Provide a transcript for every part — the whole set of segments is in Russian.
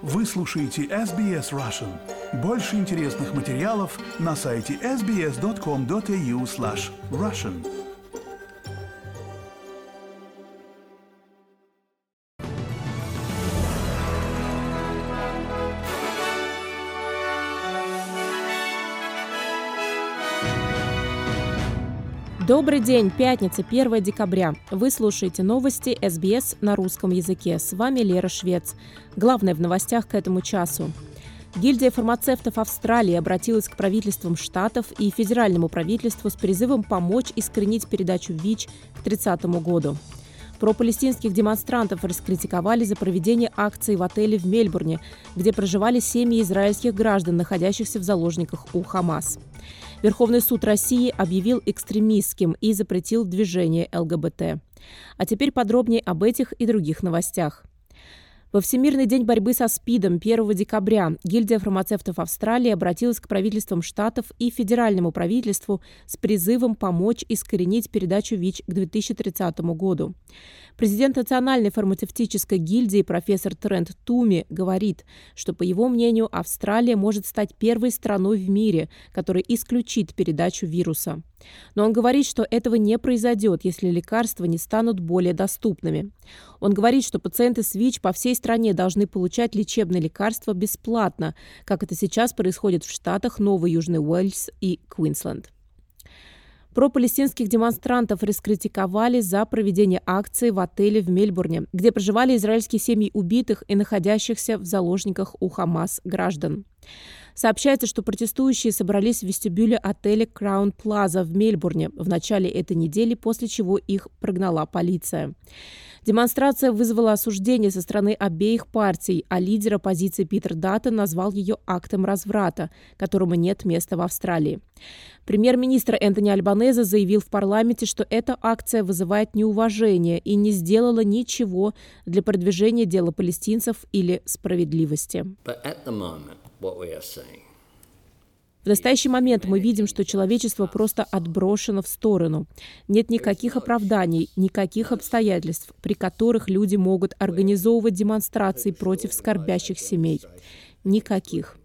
Вы слушаете SBS Russian. Больше интересных материалов на сайте sbs.com.au/russian. Добрый день, пятница, 1 декабря. Вы слушаете новости SBS на русском языке. С вами Лера Швец. Главное в новостях к этому часу. Гильдия фармацевтов Австралии обратилась к правительствам штатов и федеральному правительству с призывом помочь искоренить передачу ВИЧ к 2030 году. Пропалестинских демонстрантов раскритиковали за проведение акции в отеле в Мельбурне, где проживали семьи израильских граждан, находящихся в заложниках у Хамас. Верховный суд России объявил экстремистским и запретил движение ЛГБТ. А теперь подробнее об этих и других новостях. Во Всемирный день борьбы со СПИДом 1 декабря гильдия фармацевтов Австралии обратилась к правительствам штатов и федеральному правительству с призывом помочь искоренить передачу ВИЧ к 2030 году. Президент Национальной фармацевтической гильдии профессор Трент Туми говорит, что, по его мнению, Австралия может стать первой страной в мире, которая исключит передачу вируса. Но он говорит, что этого не произойдет, если лекарства не станут более доступными. Он говорит, что пациенты с ВИЧ по всей стране должны получать лечебные лекарства бесплатно, как это сейчас происходит в штатах Новый Южный Уэльс и Квинсленд. Пропалестинских демонстрантов раскритиковали за проведение акции в отеле в Мельбурне, где проживали израильские семьи убитых и находящихся в заложниках у Хамас граждан. Сообщается, что протестующие собрались в вестибюле отеля Краун Плаза в Мельбурне в начале этой недели, после чего их прогнала полиция. Демонстрация вызвала осуждение со стороны обеих партий, а лидер оппозиции Питер Даттон назвал ее актом разврата, которому нет места в Австралии. Премьер-министр Энтони Альбанезе заявил в парламенте, что эта акция вызывает неуважение и не сделала ничего для продвижения дела палестинцев или справедливости. В настоящий момент мы видим, что человечество просто отброшено в сторону. Нет никаких оправданий, никаких обстоятельств, при которых люди могут организовывать демонстрации против скорбящих семей. Никаких.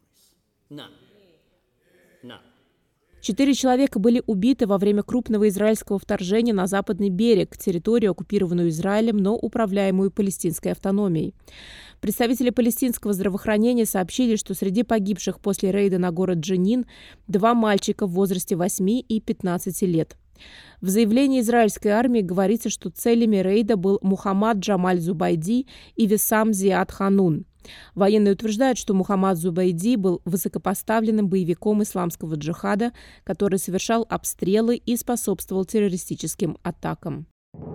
4 человека были убиты во время крупного израильского вторжения на западный берег, территорию, оккупированную Израилем, но управляемую палестинской автономией. Представители палестинского здравоохранения сообщили, что среди погибших после рейда на город Дженин 2 мальчика в возрасте 8 и 15 лет. В заявлении израильской армии говорится, что целями рейда был Мухаммад Джамаль Зубайди и Виссам Зиад Ханун. Военные утверждают, что Мухаммад Зубайди был высокопоставленным боевиком исламского джихада, который совершал обстрелы и способствовал террористическим атакам.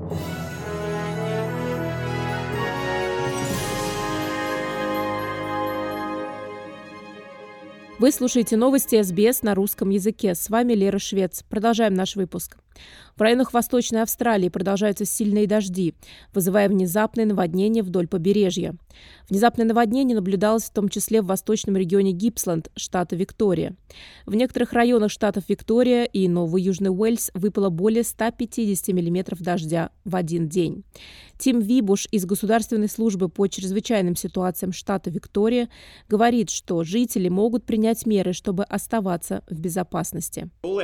Вы слушаете новости СБС на русском языке. С вами Лера Швец. Продолжаем наш выпуск. В районах Восточной Австралии продолжаются сильные дожди, вызывая внезапные наводнения вдоль побережья. Внезапное наводнение наблюдалось в том числе в восточном регионе Гипсленд, штата Виктория. В некоторых районах штатов Виктория и Новый Южный Уэльс выпало более 150 мм дождя в один день. Тим Вибуш из Государственной службы по чрезвычайным ситуациям штата Виктория говорит, что жители могут принять меры, чтобы оставаться в безопасности.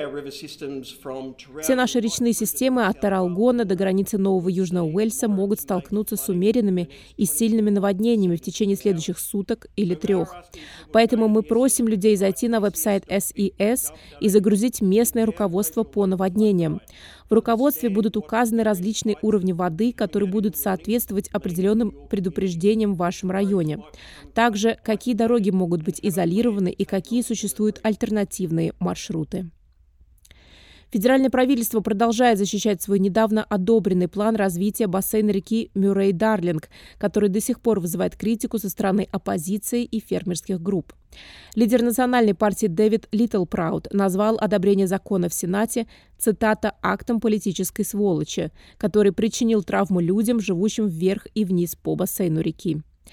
Все наши речные системы от Таралгона до границы Нового Южного Уэльса могут столкнуться с умеренными и сильными наводнениями в течение следующих суток или 3. Поэтому мы просим людей зайти на веб-сайт SES и загрузить местное руководство по наводнениям. В руководстве будут указаны различные уровни воды, которые будут соответствовать определенным предупреждениям в вашем районе. Также, какие дороги могут быть изолированы и какие существуют альтернативные маршруты. Федеральное правительство продолжает защищать свой недавно одобренный план развития бассейна реки Мюррей-Дарлинг, который до сих пор вызывает критику со стороны оппозиции и фермерских групп. Лидер национальной партии Дэвид Литтлпраут назвал одобрение закона в Сенате, цитата, «актом политической сволочи», который причинил травму людям, живущим вверх и вниз по бассейну реки.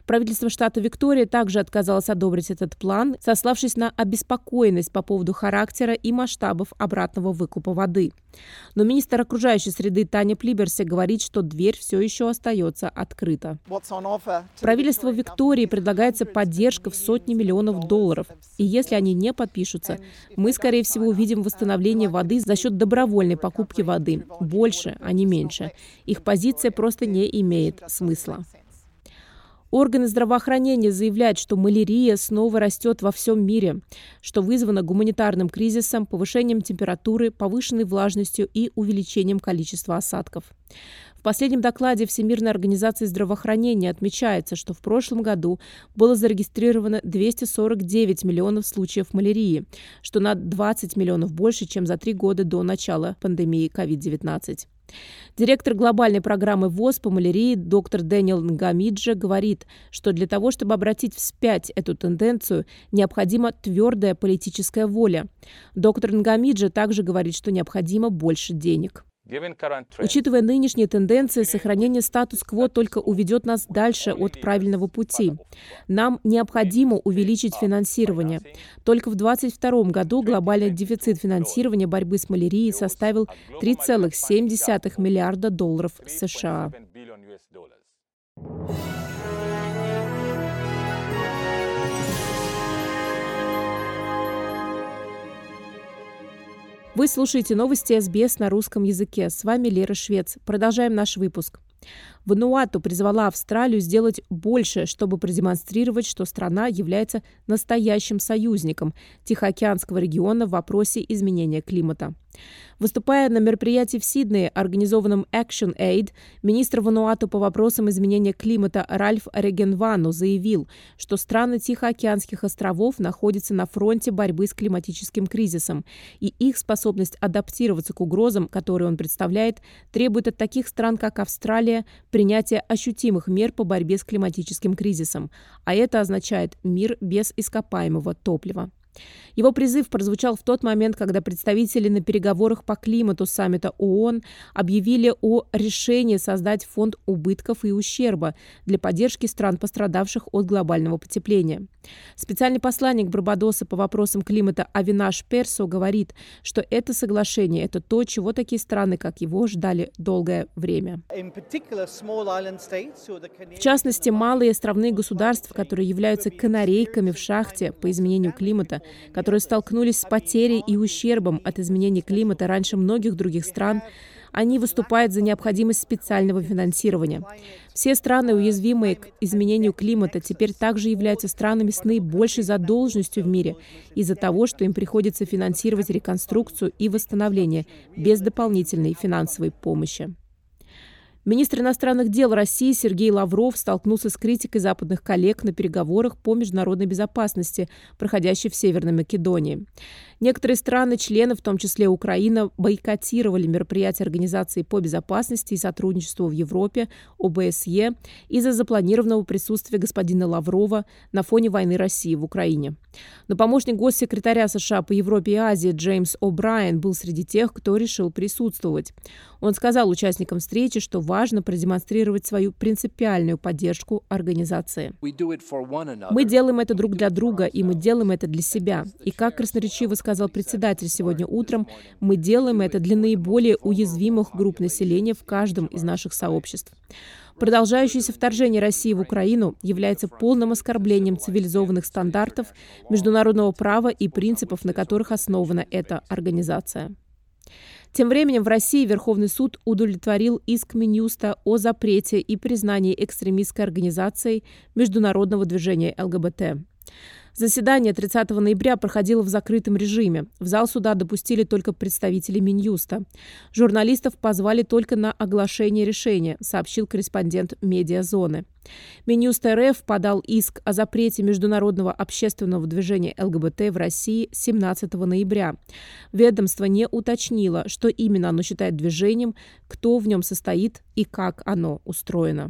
Правительство штата Виктория также отказалось одобрить этот план, сославшись на обеспокоенность по поводу характера и масштабов обратного выкупа воды. Но министр окружающей среды Таня Плиберси говорит, что дверь все еще остается открыта. Правительству Виктории предлагается поддержка в сотни миллионов долларов. И если они не подпишутся, мы, скорее всего, увидим восстановление воды за счет добровольной покупки воды. Больше, а не меньше. Их позиция просто не имеет смысла. Органы здравоохранения заявляют, что малярия снова растет во всем мире, что вызвано гуманитарным кризисом, повышением температуры, повышенной влажностью и увеличением количества осадков. В последнем докладе Всемирной организации здравоохранения отмечается, что в прошлом году было зарегистрировано 249 миллионов случаев малярии, что на 20 миллионов больше, чем за 3 года до начала пандемии COVID-19. Директор глобальной программы ВОЗ по малярии доктор Дэниел Нгамиджа говорит, что для того, чтобы обратить вспять эту тенденцию, необходима твердая политическая воля. Доктор Нгамиджа также говорит, что необходимо больше денег. Учитывая нынешние тенденции, сохранение статус-кво только уведет нас дальше от правильного пути. Нам необходимо увеличить финансирование. Только в 2022 году глобальный дефицит финансирования борьбы с малярией составил $3,7 миллиарда США. Вы слушаете новости СБС на русском языке. С вами Лера Швец. Продолжаем наш выпуск. Вануату призвала Австралию сделать больше, чтобы продемонстрировать, что страна является настоящим союзником Тихоокеанского региона в вопросе изменения климата. Выступая на мероприятии в Сиднее, организованном Action Aid, министр Вануату по вопросам изменения климата Ральф Регенвану заявил, что страны Тихоокеанских островов находятся на фронте борьбы с климатическим кризисом, и их способность адаптироваться к угрозам, которые он представляет, требует от таких стран, как Австралия, принятия ощутимых мер по борьбе с климатическим кризисом, а это означает мир без ископаемого топлива. Его призыв прозвучал в тот момент, когда представители на переговорах по климату саммита ООН объявили о решении создать фонд убытков и ущерба для поддержки стран, пострадавших от глобального потепления. Специальный посланник Барбадоса по вопросам климата Авинаш Персо говорит, что это соглашение – это то, чего такие страны, как его, ждали долгое время. В частности, малые островные государства, которые являются канарейками в шахте по изменению климата, которые столкнулись с потерей и ущербом от изменения климата раньше многих других стран, они выступают за необходимость специального финансирования. Все страны, уязвимые к изменению климата, теперь также являются странами с наибольшей задолженностью в мире из-за того, что им приходится финансировать реконструкцию и восстановление без дополнительной финансовой помощи. Министр иностранных дел России Сергей Лавров столкнулся с критикой западных коллег на переговорах по международной безопасности, проходящей в Северной Македонии. Некоторые страны-члены, в том числе Украина, бойкотировали мероприятия Организации по безопасности и сотрудничеству в Европе, ОБСЕ, из-за запланированного присутствия господина Лаврова на фоне войны России в Украине. Но помощник госсекретаря США по Европе и Азии Джеймс О'Брайен был среди тех, кто решил присутствовать. Он сказал участникам встречи, что важно продемонстрировать свою принципиальную поддержку организации. Мы делаем это друг для друга, и мы делаем это для себя. И как красноречиво сказал председатель сегодня утром, мы делаем это для наиболее уязвимых групп населения в каждом из наших сообществ. Продолжающееся вторжение России в Украину является полным оскорблением цивилизованных стандартов, международного права и принципов, на которых основана эта организация. Тем временем в России Верховный суд удовлетворил иск Минюста о запрете и признании экстремистской организацией международного движения ЛГБТ. Заседание 30 ноября проходило в закрытом режиме. В зал суда допустили только представителей Минюста. Журналистов позвали только на оглашение решения, сообщил корреспондент «Медиазоны». Минюст РФ подал иск о запрете международного общественного движения ЛГБТ в России 17 ноября. Ведомство не уточнило, что именно оно считает движением, кто в нем состоит и как оно устроено.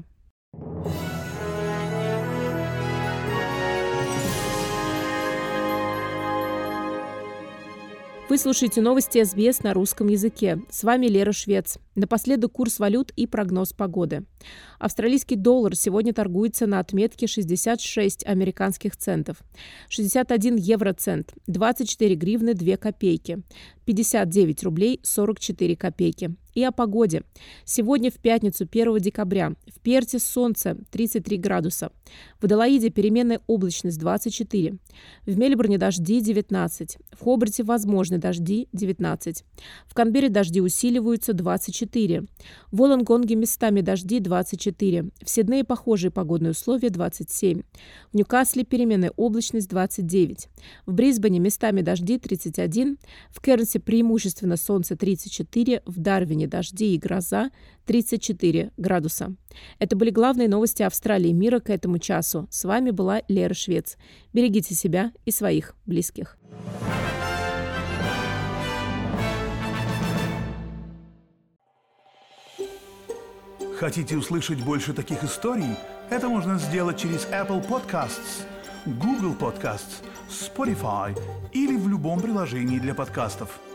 Вы слушаете новости СБС на русском языке. С вами Лера Швец. Напоследок курс валют и прогноз погоды. Австралийский доллар сегодня торгуется на отметке 66 американских центов, 61 евроцент, 24 гривны 2 копейки, 59 рублей 44 копейки. И о погоде. Сегодня в пятницу 1 декабря в Перте солнце 33 градуса, в Аделаиде переменная облачность 24, в Мельбурне дожди 19, в Хобарте возможны дожди 19, в Канберре дожди усиливаются 24, в Волонгонге местами дожди 24, в Сиднее похожие погодные условия 27, в Ньюкасле переменная облачность 29, в Брисбене местами дожди 31, в Кернсе преимущественно солнце 34, в Дарвине дожди и гроза 34 градуса. Это были главные новости Австралии и мира к этому часу. С вами была Лера Швец. Берегите себя и своих близких. Хотите услышать больше таких историй? Это можно сделать через Apple Podcasts, Google Podcasts, Spotify или в любом приложении для подкастов.